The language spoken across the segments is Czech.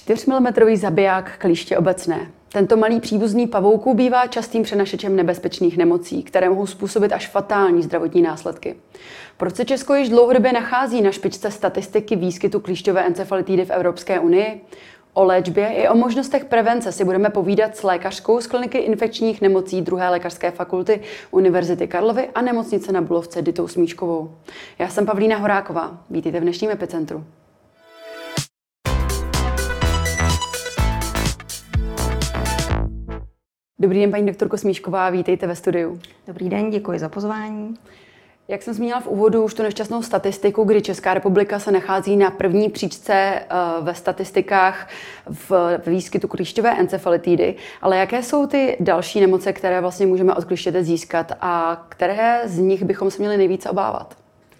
4 mm zabiják klíště obecné. Tento malý příbuzný pavouků bývá častým přenašečem nebezpečných nemocí, které mohou způsobit až fatální zdravotní následky. Proč se Česko již dlouhodobě nachází na špičce statistiky výskytu klíšťové encefalitidy v Evropské unii? O léčbě i o možnostech prevence si budeme povídat s lékařkou z kliniky infekčních nemocí 2. lékařské fakulty Univerzity Karlovy a nemocnice na Bulovce Ditou Smíčkovou. Já jsem Pavlína Horáková. Vítejte v dnešním Epicentru. Dobrý den, paní doktorko Smíšková, vítejte ve studiu. Dobrý den, děkuji za pozvání. Jak jsem zmínila v úvodu už tu nešťastnou statistiku, kdy Česká republika se nachází na první příčce ve statistikách v výskytu klíšťové encefalitidy, ale jaké jsou ty další nemoce, které vlastně můžeme od klíštěte získat a které z nich bychom se měli nejvíce obávat?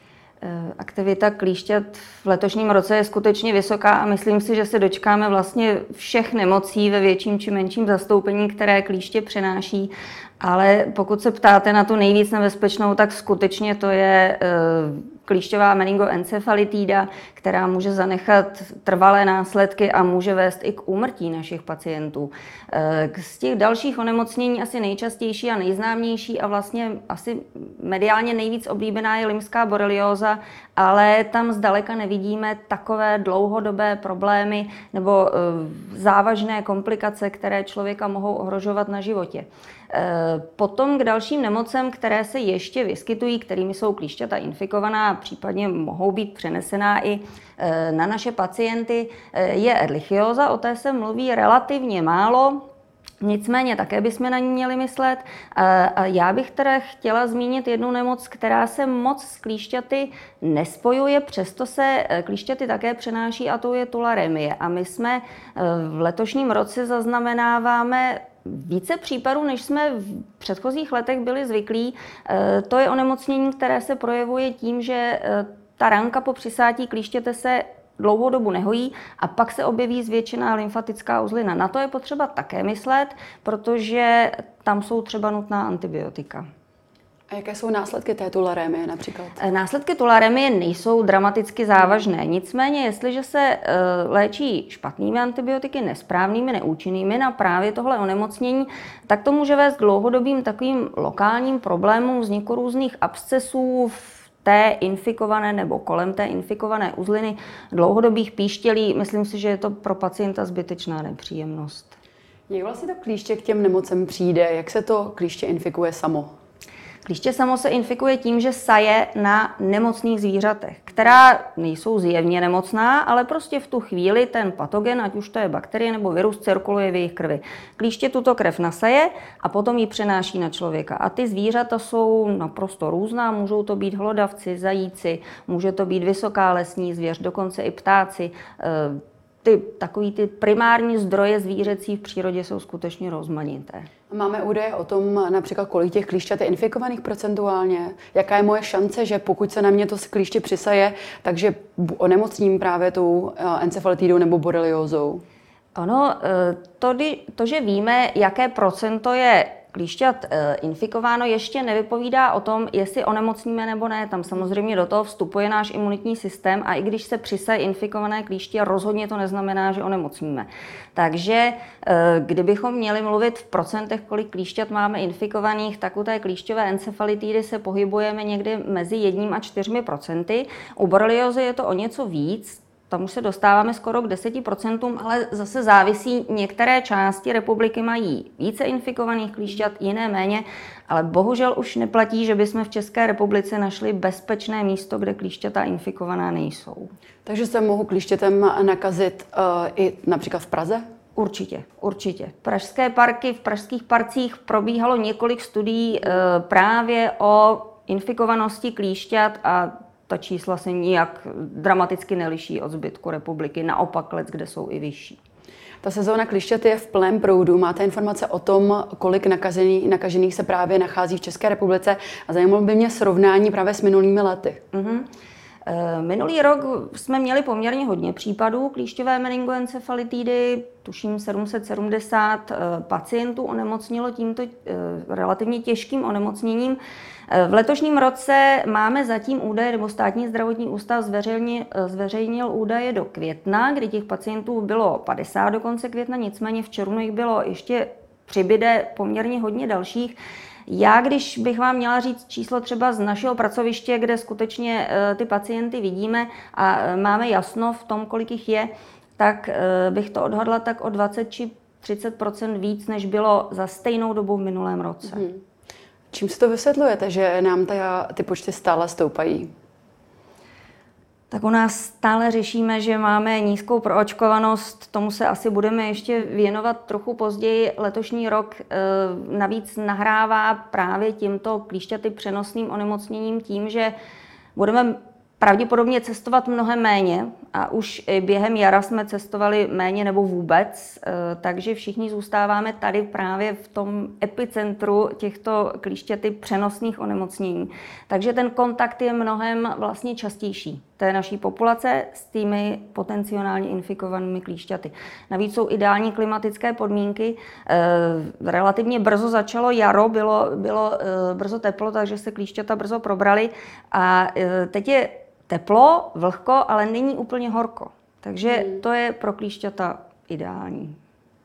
Aktivita klíšťat v letošním roce je skutečně vysoká a myslím si, že se dočkáme vlastně všech nemocí ve větším či menším zastoupení, které klíště přenáší. Ale pokud se ptáte na tu nejvíc nebezpečnou, tak skutečně to je klíšťová meningoencefalitida, která může zanechat trvalé následky a může vést i k úmrtí našich pacientů. Z těch dalších onemocnění asi nejčastější a nejznámější a vlastně asi mediálně nejvíc oblíbená je limská borelióza, ale tam zdaleka nevidíme takové dlouhodobé problémy nebo závažné komplikace, které člověka mohou ohrožovat na životě. Potom k dalším nemocem, které se ještě vyskytují, kterými jsou klíšťata infikovaná, případně mohou být přenesená i na naše pacienty, je erlichióza. O té se mluví relativně málo. Nicméně také bychom na ní měli myslet. A já bych teda chtěla zmínit jednu nemoc, která se moc s klíšťaty nespojuje, přesto se klíšťaty také přenáší a to je tularemie. A my jsme v letošním roce zaznamenáváme více případů, než jsme v předchozích letech byli zvyklí. To je onemocnění, které se projevuje tím, že ta ranka po přisátí klíštěte se dlouhou dobu nehojí a pak se objeví zvětšená lymfatická uzlina. Na to je potřeba také myslet, protože tam jsou třeba nutná antibiotika. A jaké jsou následky té tularemie například? Následky tularemie nejsou dramaticky závažné. Nicméně, jestliže se léčí špatnými antibiotiky, nesprávnými, neúčinnými na právě tohle onemocnění, tak to může vést k dlouhodobým takovým lokálním problémům, vzniku různých abscesů v té infikované nebo kolem té infikované uzliny, dlouhodobých píštělí. Myslím si, že je to pro pacienta zbytečná nepříjemnost. Jak vlastně to klíště k těm nemocem přijde? Jak se to klíště infikuje samo? Klíště samo se infikuje tím, že saje na nemocných zvířatech, která nejsou zjevně nemocná, ale prostě v tu chvíli ten patogen, ať už to je bakterie nebo virus, cirkuluje v jejich krvi. Klíště tuto krev nasaje a potom ji přenáší na člověka. A ty zvířata jsou naprosto různá, můžou to být hlodavci, zajíci, může to být vysoká lesní zvěř, dokonce i ptáci. Takový ty primární zdroje zvířecí v přírodě jsou skutečně rozmanité. Máme údaje o tom, například kolik těch klíšťat je infikovaných procentuálně? Jaká je moje šance, že pokud se na mě to klíště přisaje, takže onemocním právě tou encefalitidou nebo boreliózou? Ono, to, že víme, jaké procento je klíšťat infikováno, ještě nevypovídá o tom, jestli onemocníme nebo ne. Tam samozřejmě do toho vstupuje náš imunitní systém a i když se přisaje infikované klíště, rozhodně to neznamená, že onemocníme. Takže kdybychom měli mluvit v procentech, kolik klíšťat máme infikovaných, tak u té klíšťové encefalitidy se pohybujeme někde mezi 1 a 4%. U boreliózy je to o něco víc. Tam už se dostáváme skoro k 10%, ale zase závisí, některé části republiky mají více infikovaných klíšťat, jiné méně, ale bohužel už neplatí, že bychom v České republice našli bezpečné místo, kde klíšťata infikovaná nejsou. Takže se mohu klíštětem nakazit i například v Praze? Určitě. V pražských parcích probíhalo několik studií právě o infikovanosti klíšťat a ta čísla se nijak dramaticky neliší od zbytku republiky, naopak kde jsou i vyšší. Ta sezóna klíšťat je v plném proudu. Máte informace o tom, kolik nakažených se právě nachází v České republice a zajímalo by mě srovnání právě s minulými lety? Minulý rok jsme měli poměrně hodně případů klíšťové meningoencefalitidy, tuším 770 pacientů onemocnilo tímto relativně těžkým onemocněním. V letošním roce máme zatím údaje, nebo Státní zdravotní ústav zveřejnil údaje do května, kdy těch pacientů bylo 50 do konce května, nicméně v červnu jich bylo ještě přibyde poměrně hodně dalších. Já, když bych vám měla říct číslo třeba z našeho pracoviště, kde skutečně ty pacienty vidíme a máme jasno v tom, kolik jich je, tak bych to odhadla tak o 20 či 30% víc, než bylo za stejnou dobu v minulém roce. Čím si to vysvětlujete, že nám ty počty stále stoupají? Tak u nás stále řešíme, že máme nízkou proočkovanost, tomu se asi budeme ještě věnovat trochu později. Letošní rok navíc nahrává právě tímto klíšťaty přenosným onemocněním tím, že budeme pravděpodobně cestovat mnohem méně a už během jara jsme cestovali méně nebo vůbec, takže všichni zůstáváme tady právě v tom epicentru těchto klíšťaty přenosných onemocnění. Takže ten kontakt je mnohem vlastně častější té naší populace s těmi potenciálně infikovanými klíšťaty. Navíc jsou ideální klimatické podmínky. Relativně brzo začalo jaro, bylo brzo teplo, takže se klíšťata brzo probrali a teď je teplo, vlhko, ale není úplně horko. Takže to je pro klíšťata ideální.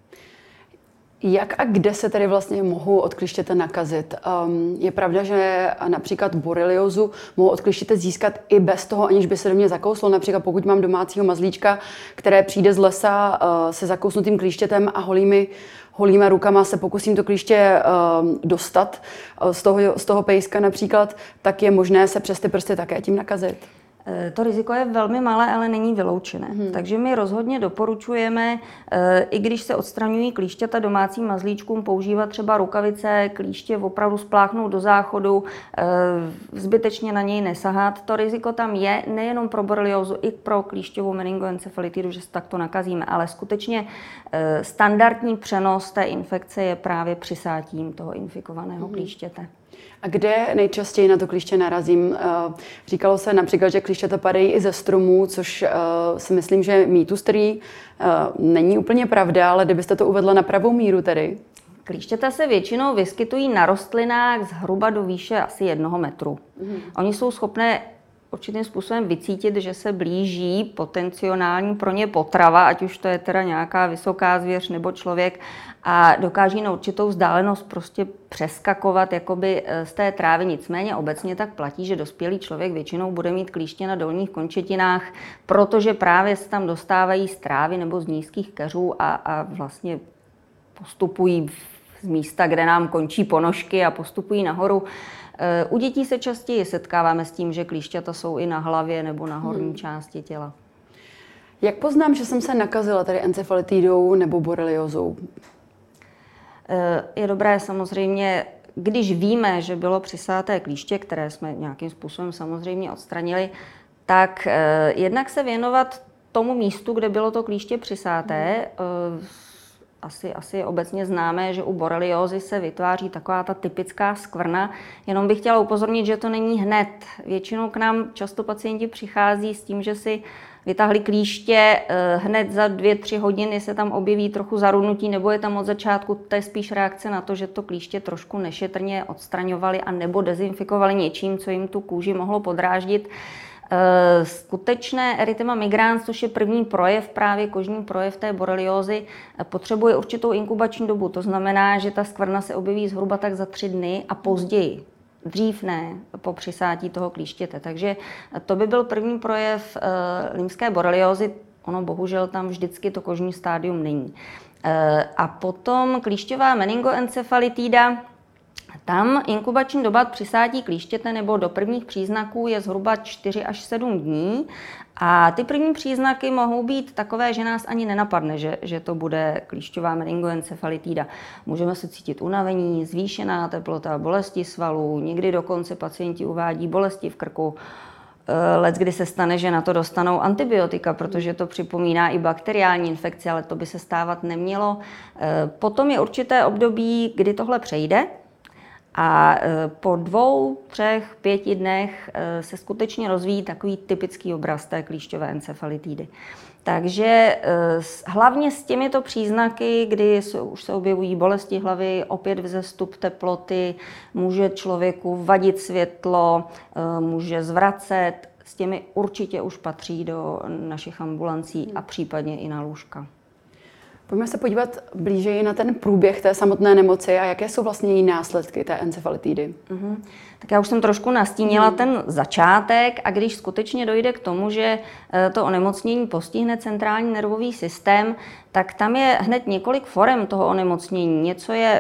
Jak a kde se tedy vlastně mohou od klíštěte nakazit? Je pravda, že například boreliozu mohou od klíštěte získat i bez toho, aniž by se do mě zakouslo. Například pokud mám domácího mazlíčka, které přijde z lesa se zakousnutým klíštětem a holýma rukama se pokusím to klíště dostat z toho pejska například, tak je možné se přes ty prsty také tím nakazit. To riziko je velmi malé, ale není vyloučené. Takže my rozhodně doporučujeme, i když se odstraňují klíšťata domácím mazlíčkům, používat třeba rukavice, klíště opravdu spláchnout do záchodu, zbytečně na něj nesahat. To riziko tam je nejenom pro boreliózu, i pro klíšťovou meningoencefalitidu, že se takto nakazíme, ale skutečně standardní přenos té infekce je právě přisátím toho infikovaného klíštěte. A kde nejčastěji na to klíště narazím? Říkalo se například, že klíšťata padají i ze stromů, což si myslím, že je mýtus, který není úplně pravda, ale kdybyste to uvedla na pravou míru tedy. Klíšťata se většinou vyskytují na rostlinách zhruba do výše asi 1 metru. Oni jsou schopné určitým způsobem vycítit, že se blíží potenciální pro ně potrava, ať už to je teda nějaká vysoká zvěř nebo člověk, a dokáží na určitou vzdálenost prostě přeskakovat jakoby z té trávy. Nicméně obecně tak platí, že dospělý člověk většinou bude mít klíště na dolních končetinách, protože právě se tam dostávají z trávy nebo z nízkých keřů a vlastně postupují z místa, kde nám končí ponožky a postupují nahoru. U dětí se častěji setkáváme s tím, že klíšťata jsou i na hlavě nebo na horní části těla. Jak poznám, že jsem se nakazila tady encefalitidou nebo boreliózou? Je dobré samozřejmě, když víme, že bylo přisáté klíště, které jsme nějakým způsobem samozřejmě odstranili, tak jednak se věnovat tomu místu, kde bylo to klíště přisáté. Asi je obecně známé, že u boreliózy se vytváří taková ta typická skvrna. Jenom bych chtěla upozornit, že to není hned. Většinou k nám často pacienti přichází s tím, že si vytáhli klíště, hned za 2-3 hodiny se tam objeví trochu zarudnutí, nebo je tam od začátku, to je spíš reakce na to, že to klíště trošku nešetrně odstraňovali a nebo dezinfikovali něčím, co jim tu kůži mohlo podráždit. Skutečné erythema migrans, což je první projev, právě kožní projev té boreliózy, potřebuje určitou inkubační dobu. To znamená, že ta skvrna se objeví zhruba tak za 3 dny a později. Dřív ne, po přisátí toho klíštěte. Takže to by byl první projev lymské boreliózy. Ono bohužel tam vždycky to kožní stádium není. A potom klíšťová meningoencefalitida. Tam inkubační doba přisátí klíštěte nebo do prvních příznaků je zhruba 4 až 7 dní. A ty první příznaky mohou být takové, že nás ani nenapadne, že to bude klíšťová meningoencefalitida. Můžeme se cítit unavení, zvýšená teplota, bolesti svalů, někdy dokonce pacienti uvádí bolesti v krku. Leckdy se stane, že na to dostanou antibiotika, protože to připomíná i bakteriální infekci, ale to by se stávat nemělo. Potom je určité období, kdy tohle přejde. A po 2, 3, 5 dnech se skutečně rozvíjí takový typický obraz té klíšťové encefalitidy. Takže hlavně s těmito příznaky, kdy už se objevují bolesti hlavy, opět vzestup teploty, může člověku vadit světlo, může zvracet, s těmi určitě už patří do našich ambulancí a případně i na lůžka. Pojďme se podívat blíže na ten průběh té samotné nemoci a jaké jsou vlastně její následky té encefalitidy. Tak já už jsem trošku nastínila ten začátek a když skutečně dojde k tomu, že to onemocnění postihne centrální nervový systém, tak tam je hned několik forem toho onemocnění. Něco je,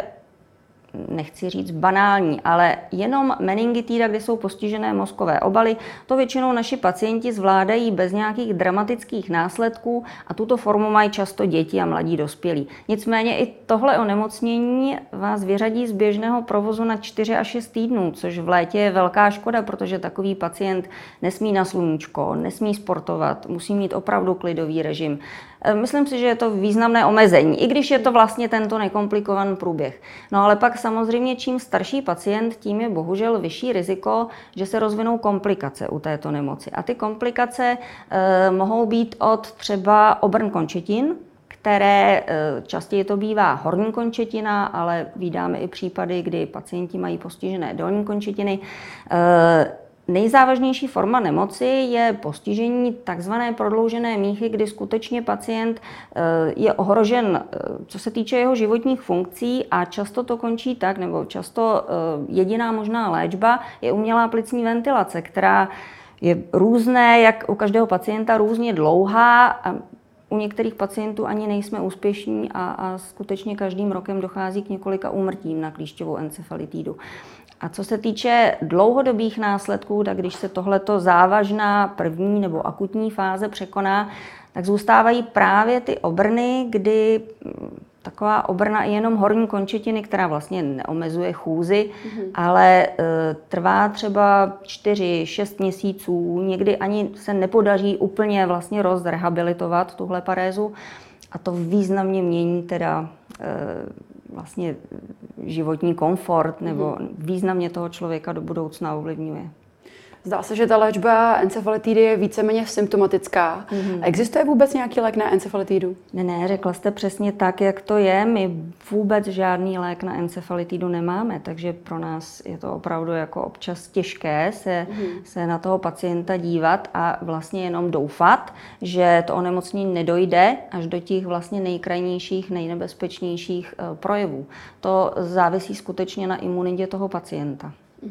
nechci říct banální, ale jenom meningitida, kde jsou postižené mozkové obaly, to většinou naši pacienti zvládají bez nějakých dramatických následků a tuto formu mají často děti a mladí dospělí. Nicméně i tohle onemocnění vás vyřadí z běžného provozu na 4 až 6 týdnů, což v létě je velká škoda, protože takový pacient nesmí na sluníčko, nesmí sportovat, musí mít opravdu klidový režim. Myslím si, že je to významné omezení, i když je to vlastně tento nekomplikovaný průběh. No ale pak samozřejmě čím starší pacient, tím je bohužel vyšší riziko, že se rozvinou komplikace u této nemoci. A ty komplikace mohou být od třeba obrn končetin, které častěji to bývá horní končetina, ale vídáme i případy, kdy pacienti mají postižené dolní končetiny. Nejzávažnější forma nemoci je postižení takzvané prodloužené míchy, kdy skutečně pacient je ohrožen, co se týče jeho životních funkcí a často to končí tak, nebo často jediná možná léčba je umělá plicní ventilace, která je různé, jak u každého pacienta různě dlouhá a u některých pacientů ani nejsme úspěšní a skutečně každým rokem dochází k několika úmrtím na klíšťovou encefalitidu. A co se týče dlouhodobých následků, tak když se tohleto závažná první nebo akutní fáze překoná, tak zůstávají právě ty obrny, kdy taková obrna je jenom horní končetiny, která vlastně neomezuje chůzi, ale trvá třeba 4-6 měsíců, někdy ani se nepodaří úplně vlastně rozrehabilitovat tuhle parézu a to významně mění teda vlastně životní komfort nebo významně toho člověka do budoucna ovlivňuje. Zdá se, že ta léčba encefalitidy je víceméně symptomatická. Existuje vůbec nějaký lék na encefalitidu? Ne, řekla jste přesně tak, jak to je. My vůbec žádný lék na encefalitidu nemáme, takže pro nás je to opravdu jako občas těžké se na toho pacienta dívat a vlastně jenom doufat, že to onemocnění nedojde až do těch vlastně nejkrajnějších, nejnebezpečnějších projevů. To závisí skutečně na imunitě toho pacienta.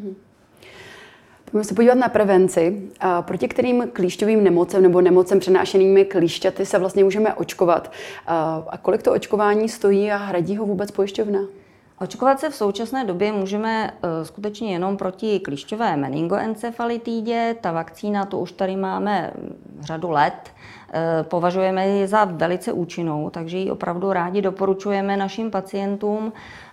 Pojďme se podívat na prevenci. Proti kterým klíšťovým nemocem nebo nemocem přenášenými klíšťaty se vlastně můžeme očkovat? A kolik to očkování stojí a hradí ho vůbec pojišťovna? Očkovat se v současné době můžeme skutečně jenom proti klíšťové meningoencefalitidě. Ta vakcína, tu už tady máme řadu let. Považujeme ji za velice účinnou, takže ji opravdu rádi doporučujeme našim pacientům.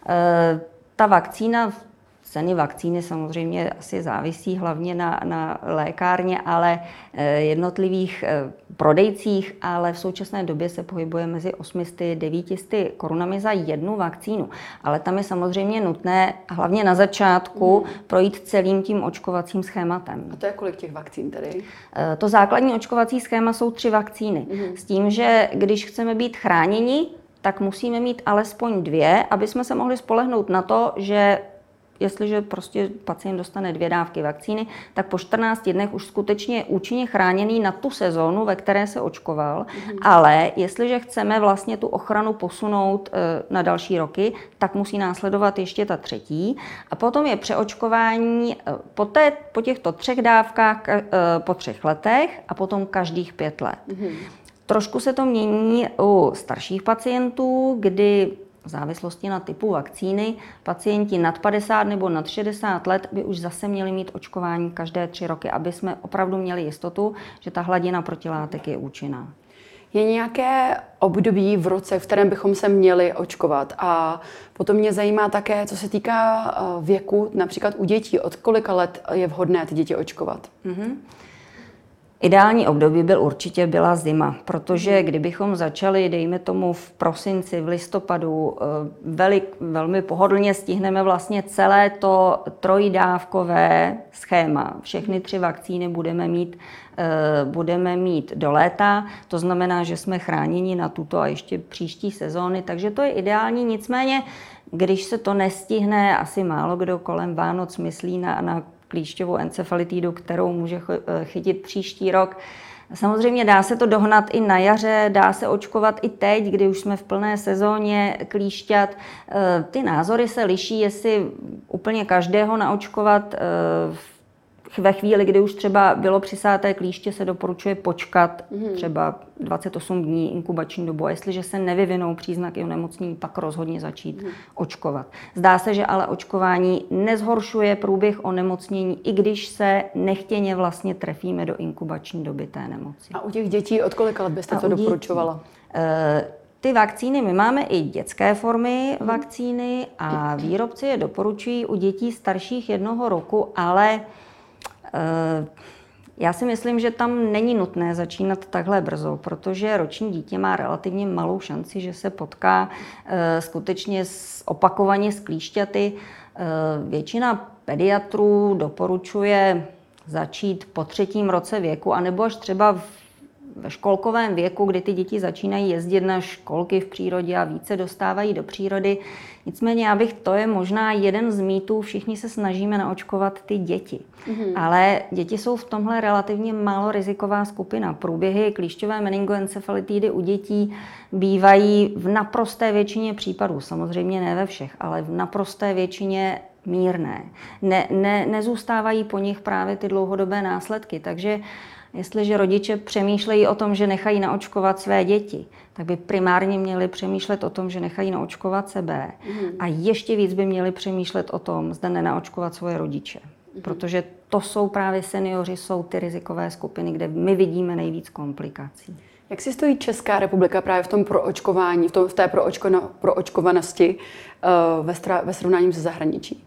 Ta vakcína, ceny vakcíny samozřejmě asi závisí hlavně na lékárně, ale jednotlivých prodejcích, ale v současné době se pohybuje mezi 800-900 korunami za jednu vakcínu. Ale tam je samozřejmě nutné hlavně na začátku projít celým tím očkovacím schématem. A to je kolik těch vakcín tedy? To základní očkovací schéma jsou 3 vakcíny. S tím, že když chceme být chráněni, tak musíme mít alespoň 2, aby jsme se mohli spolehnout na to, že jestliže prostě pacient dostane 2 dávky vakcíny, tak po 14 dnech už skutečně je účinně chráněný na tu sezónu, ve které se očkoval. Ale jestliže chceme vlastně tu ochranu posunout na další roky, tak musí následovat ještě ta 3. A potom je přeočkování po těchto 3 dávkách po 3 letech a potom každých 5 let. Trošku se to mění u starších pacientů, kdy v závislosti na typu vakcíny pacienti nad 50 nebo nad 60 let by už zase měli mít očkování každé 3 roky, aby jsme opravdu měli jistotu, že ta hladina protilátek je účinná. Je nějaké období v roce, v kterém bychom se měli očkovat? A potom mě zajímá také, co se týká věku, například u dětí. Od kolika let je vhodné ty děti očkovat? Ideální období byla zima, protože kdybychom začali, dejme tomu v prosinci, v listopadu, velmi pohodlně stihneme vlastně celé to trojdávkové schéma. Všechny 3 vakcíny budeme mít do léta, to znamená, že jsme chráněni na tuto a ještě příští sezóny, takže to je ideální, nicméně, když se to nestihne, asi málo kdo kolem Vánoc myslí na klíšťovou encefalitidu, kterou může chytit příští rok. Samozřejmě dá se to dohnat i na jaře, dá se očkovat i teď, kdy už jsme v plné sezóně klíšťat. Ty názory se liší, jestli úplně každého naočkovat. Ve chvíli, kdy už třeba bylo přisáté klíště, se doporučuje počkat třeba 28 dní inkubační dobu. A jestliže se nevyvinou příznaky onemocnění, pak rozhodně začít očkovat. Zdá se, že ale očkování nezhoršuje průběh onemocnění, i když se nechtěně vlastně trefíme do inkubační doby té nemoci. A u těch dětí od kolika let byste to doporučovala? Ty vakcíny, my máme i dětské formy vakcíny a výrobci je doporučují u dětí starších 1 roku, ale já si myslím, že tam není nutné začínat takhle brzo, protože roční dítě má relativně malou šanci, že se potká skutečně opakovaně s klíšťaty. Většina pediatrů doporučuje začít po 3. roce věku, anebo až třeba ve školkovém věku, kdy ty děti začínají jezdit na školky v přírodě a více dostávají do přírody. Nicméně to je možná jeden z mýtů, všichni se snažíme naočkovat ty děti. Ale děti jsou v tomhle relativně málo riziková skupina. Průběhy klíšťové meningoencefalitidy u dětí bývají v naprosté většině případů, samozřejmě ne ve všech, ale v naprosté většině mírné. Nezůstávají po nich právě ty dlouhodobé následky, takže jestliže rodiče přemýšlejí o tom, že nechají naočkovat své děti, tak by primárně měli přemýšlet o tom, že nechají naočkovat sebe. A ještě víc by měli přemýšlet o tom, zda nenaočkovat svoje rodiče. Protože to jsou právě seniori, jsou ty rizikové skupiny, kde my vidíme nejvíc komplikací. Jak si stojí Česká republika právě v tom proočkování, v té proočkovanosti ve srovnání se zahraničí?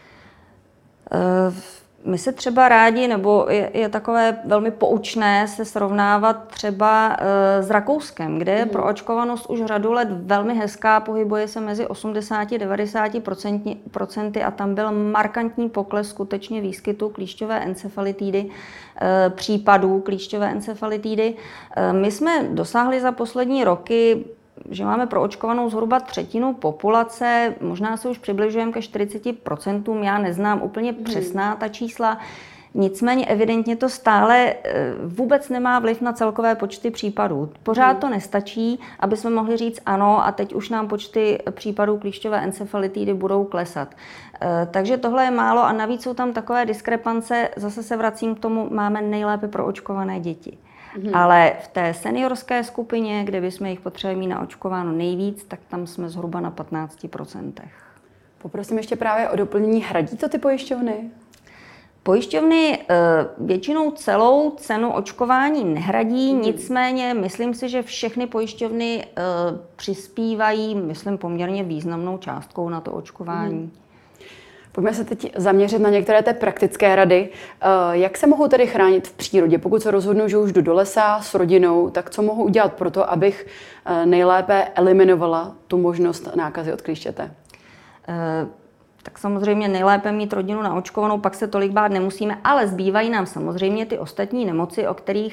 My se třeba rádi, nebo je takové velmi poučné se srovnávat třeba s Rakouskem, kde je proočkovanost už řadu let velmi hezká, pohybuje se mezi 80-90% a tam byl markantní pokles skutečně výskytu klíšťové encefalitidy, případů klíšťové encefalitidy. My jsme dosáhli za poslední roky, že máme proočkovanou zhruba 1/3 populace, možná se už přibližujeme ke 40%, já neznám úplně přesná ta čísla, nicméně evidentně to stále vůbec nemá vliv na celkové počty případů. Pořád to nestačí, aby jsme mohli říct ano a teď už nám počty případů klíšťové encefalitidy budou klesat. Takže tohle je málo a navíc jsou tam takové diskrepance, zase se vracím k tomu, máme nejlépe proočkované děti. Ale v té seniorské skupině, kde bychom jich potřebovali mít naočkováno nejvíc, tak tam jsme zhruba na 15%. Poprosím ještě právě o doplnění. Hradí to ty pojišťovny? Pojišťovny většinou celou cenu očkování nehradí, nicméně myslím si, že všechny pojišťovny přispívají, myslím, poměrně významnou částkou na to očkování. Pojďme se teď zaměřit na některé té praktické rady. Jak se mohou tedy chránit v přírodě? Pokud se rozhodnu, že už jdu do lesa s rodinou, tak co mohu udělat pro to, abych nejlépe eliminovala tu možnost nákazy od klíšťete? Tak samozřejmě nejlépe mít rodinu naočkovanou, pak se tolik bát nemusíme, ale zbývají nám samozřejmě ty ostatní nemoci,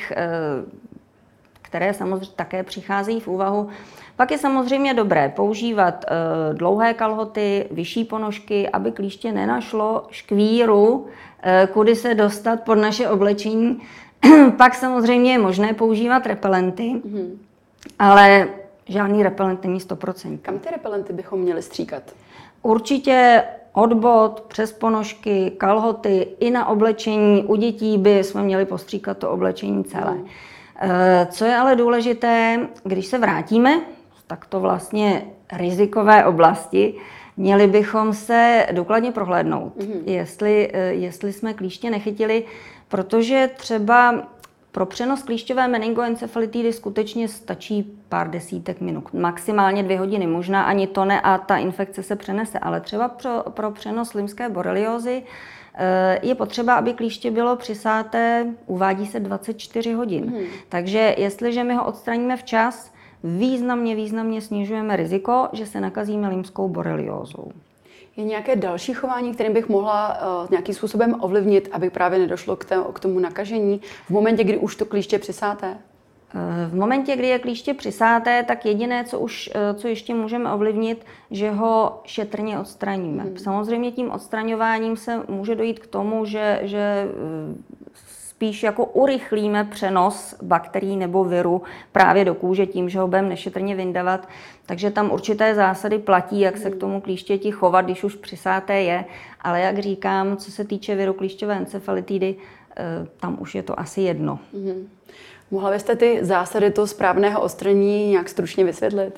které samozřejmě také přicházejí v úvahu. Pak je samozřejmě dobré používat dlouhé kalhoty, vyšší ponožky, aby klíště nenašlo škvíru, kudy se dostat pod naše oblečení. Pak samozřejmě je možné používat repelenty, ale žádný repelent není 100%. Kam ty repelenty bychom měli stříkat? Určitě od bot, přes ponožky, kalhoty i na oblečení. U dětí by jsme měli postříkat to oblečení celé. Co je ale důležité, když se vrátíme z takto vlastně rizikové oblasti, měli bychom se důkladně prohlédnout, jestli jsme klíště nechytili, protože třeba Pro přenos klíšťové meningoencefalitidy skutečně stačí pár desítek minut, maximálně 2 hodiny, možná ani to ne a ta infekce se přenese, ale třeba pro přenos limské boreliózy je potřeba, aby klíště bylo přisáté, uvádí se 24 hodin. Takže jestliže my ho odstraníme včas, významně snižujeme riziko, že se nakazíme limskou boreliózou. Je nějaké další chování, kterým bych mohla nějakým způsobem ovlivnit, aby právě nedošlo k tomu nakažení v momentě, kdy už to klíště přisáté? V momentě, kdy je klíště přisáté, tak jediné, co ještě můžeme ovlivnit, že ho šetrně odstraníme. Samozřejmě tím odstraňováním se může dojít k tomu, že spíš jako urychlíme přenos bakterií nebo viru právě do kůže tím, že ho budeme nešetrně vyndavat. Takže tam určité zásady platí, jak se k tomu klíštěti chovat, když už přisáté je. Ale jak říkám, co se týče viru klíšťové encefalitidy, tam už je to asi jedno. Mohla byste ty zásady toho správného odstranění nějak stručně vysvětlit?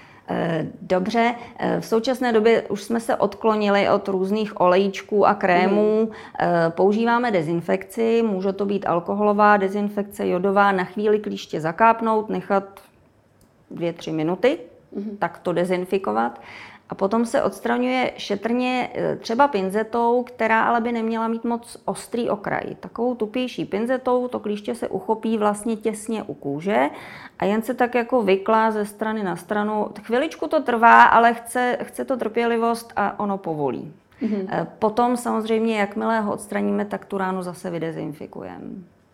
Dobře, v současné době už jsme se odklonili od různých olejčků a krémů. Používáme dezinfekci, může to být alkoholová dezinfekce, jodová, na chvíli klíště zakápnout, nechat 2-3 minuty, tak to dezinfikovat. A potom se odstraňuje šetrně třeba pinzetou, která ale by neměla mít moc ostrý okraj. Takovou tupější pinzetou to klíště se uchopí vlastně těsně u kůže a jen se tak jako vyklá ze strany na stranu. Chviličku to trvá, ale chce to trpělivost a ono povolí. Potom samozřejmě, jakmile ho odstraníme, tak tu ránu zase vydezinfikujeme.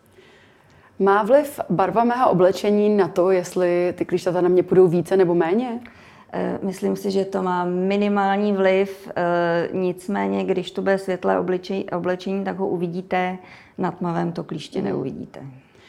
Má vliv barva mého oblečení na to, jestli ty klíšťata na mě půjdou více nebo méně? Myslím si, že to má minimální vliv, nicméně, když to bude světlé oblečení, tak ho uvidíte, na tmavém to klíště neuvidíte.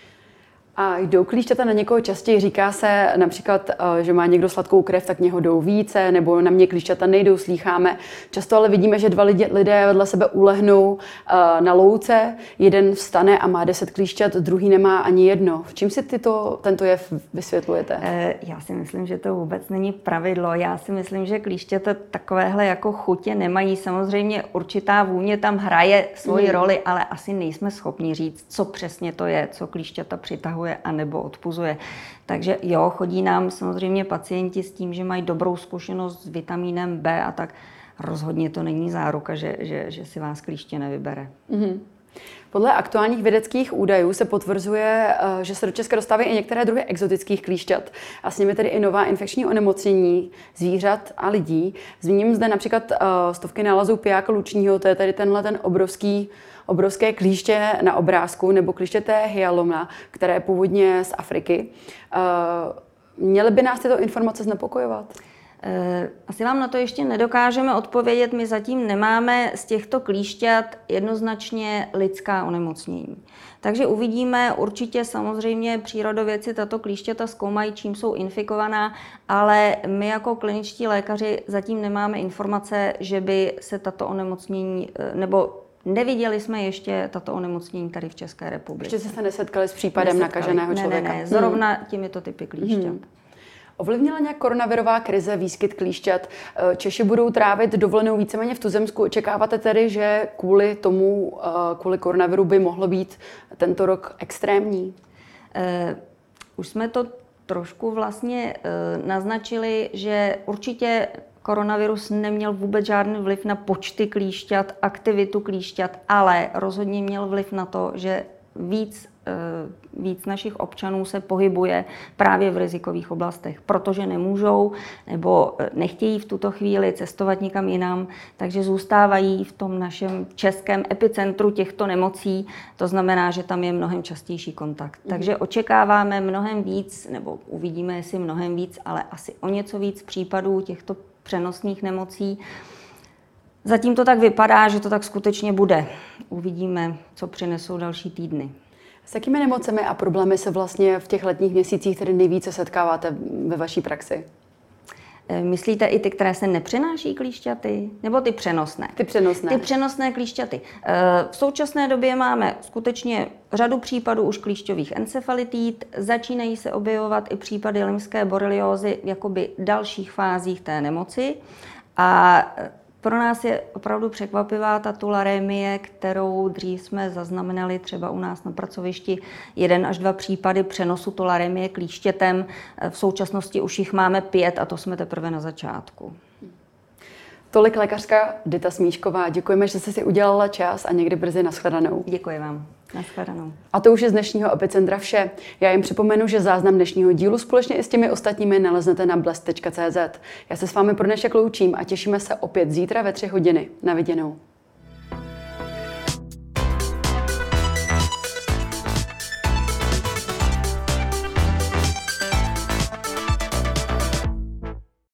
A jdou klíšťata na někoho častěji? Říká se například, že má někdo sladkou krev, tak něho jdou více, nebo na mě klíšťata nejdou, slýcháme. Často ale vidíme, že 2 lidé vedle sebe ulehnou na louce, jeden vstane a má 10 klíšťat, druhý nemá ani jedno. V čím si tento jev vysvětlujete? Já si myslím, že to vůbec není pravidlo. Já si myslím, že klíšťata takovéhle jako chutě nemají. Samozřejmě určitá vůně tam hraje svoji roli, ale asi nejsme schopni říct, co přesně to je, co klíšťata přitahuje a nebo odpuzuje. Takže jo, chodí nám samozřejmě pacienti s tím, že mají dobrou zkušenost s vitamínem B a tak rozhodně to není záruka, že si vás klíště nevybere. Podle aktuálních vědeckých údajů se potvrzuje, že se do Česka dostávají i některé druhy exotických klíšťat a s nimi tedy i nová infekční onemocnění zvířat a lidí. Zmíním zde například stovky nálezů pijáka lučního, to je tedy ten obrovské klíště na obrázku, nebo klíštěté hyalomna, které je původně z Afriky. Měly by nás tyto informace znepokojovat? Asi vám na to ještě nedokážeme odpovědět. My zatím nemáme z těchto klíšťat jednoznačně lidská onemocnění. Takže uvidíme, určitě samozřejmě přírodovědci tato klíšťata zkoumají, čím jsou infikovaná, ale my jako kliničtí lékaři zatím nemáme informace, že by se tato onemocnění, nebo neviděli jsme ještě tato onemocnění tady v České republice. Ještě jste se nesetkali s případem nakaženého člověka? Ne, zrovna těmito typy klíšťat. Ovlivnila nějak koronavirová krize výskyt klíšťat? Češi budou trávit dovolenou víceméně v tuzemsku. Očekáváte tedy, že kvůli koronaviru by mohlo být tento rok extrémní? Už jsme to trošku vlastně naznačili, že určitě koronavirus neměl vůbec žádný vliv na počty klíšťat, aktivitu klíšťat, ale rozhodně měl vliv na to, že víc našich občanů se pohybuje právě v rizikových oblastech, protože nemůžou nebo nechtějí v tuto chvíli cestovat nikam jinam, takže zůstávají v tom našem českém epicentru těchto nemocí, to znamená, že tam je mnohem častější kontakt. Takže očekáváme mnohem víc, nebo uvidíme, jestli mnohem víc, ale asi o něco víc případů těchto přenosných nemocí. Zatím to tak vypadá, že to tak skutečně bude. Uvidíme, co přinesou další týdny. S jakými nemocemi a problémy se vlastně v těch letních měsících tedy nejvíce setkáváte ve vaší praxi? Myslíte i ty, které se nepřenáší klíšťaty? Nebo ty přenosné? Ty přenosné. Ty přenosné klíšťaty. V současné době máme skutečně řadu případů už klíšťových encefalitid. Začínají se objevovat i případy limské boreliózy jakoby dalších fázích té nemoci. A Pro nás je opravdu překvapivá ta tularemie, kterou dřív jsme zaznamenali třeba u nás na pracovišti 1 až 2 případy přenosu tularemie klíštětem. V současnosti už jich máme 5 a to jsme teprve na začátku. Tolik lékařka Dita Smíšková. Děkujeme, že jste si udělala čas a někdy brzy nashledanou. Děkuji vám. Nashledanou. A to už je z dnešního Epicentra vše. Já jim připomenu, že záznam dnešního dílu společně i s těmi ostatními naleznete na blesk.cz. Já se s vámi pro dnešek loučím a těšíme se opět zítra ve 3 hodiny. Na viděnou.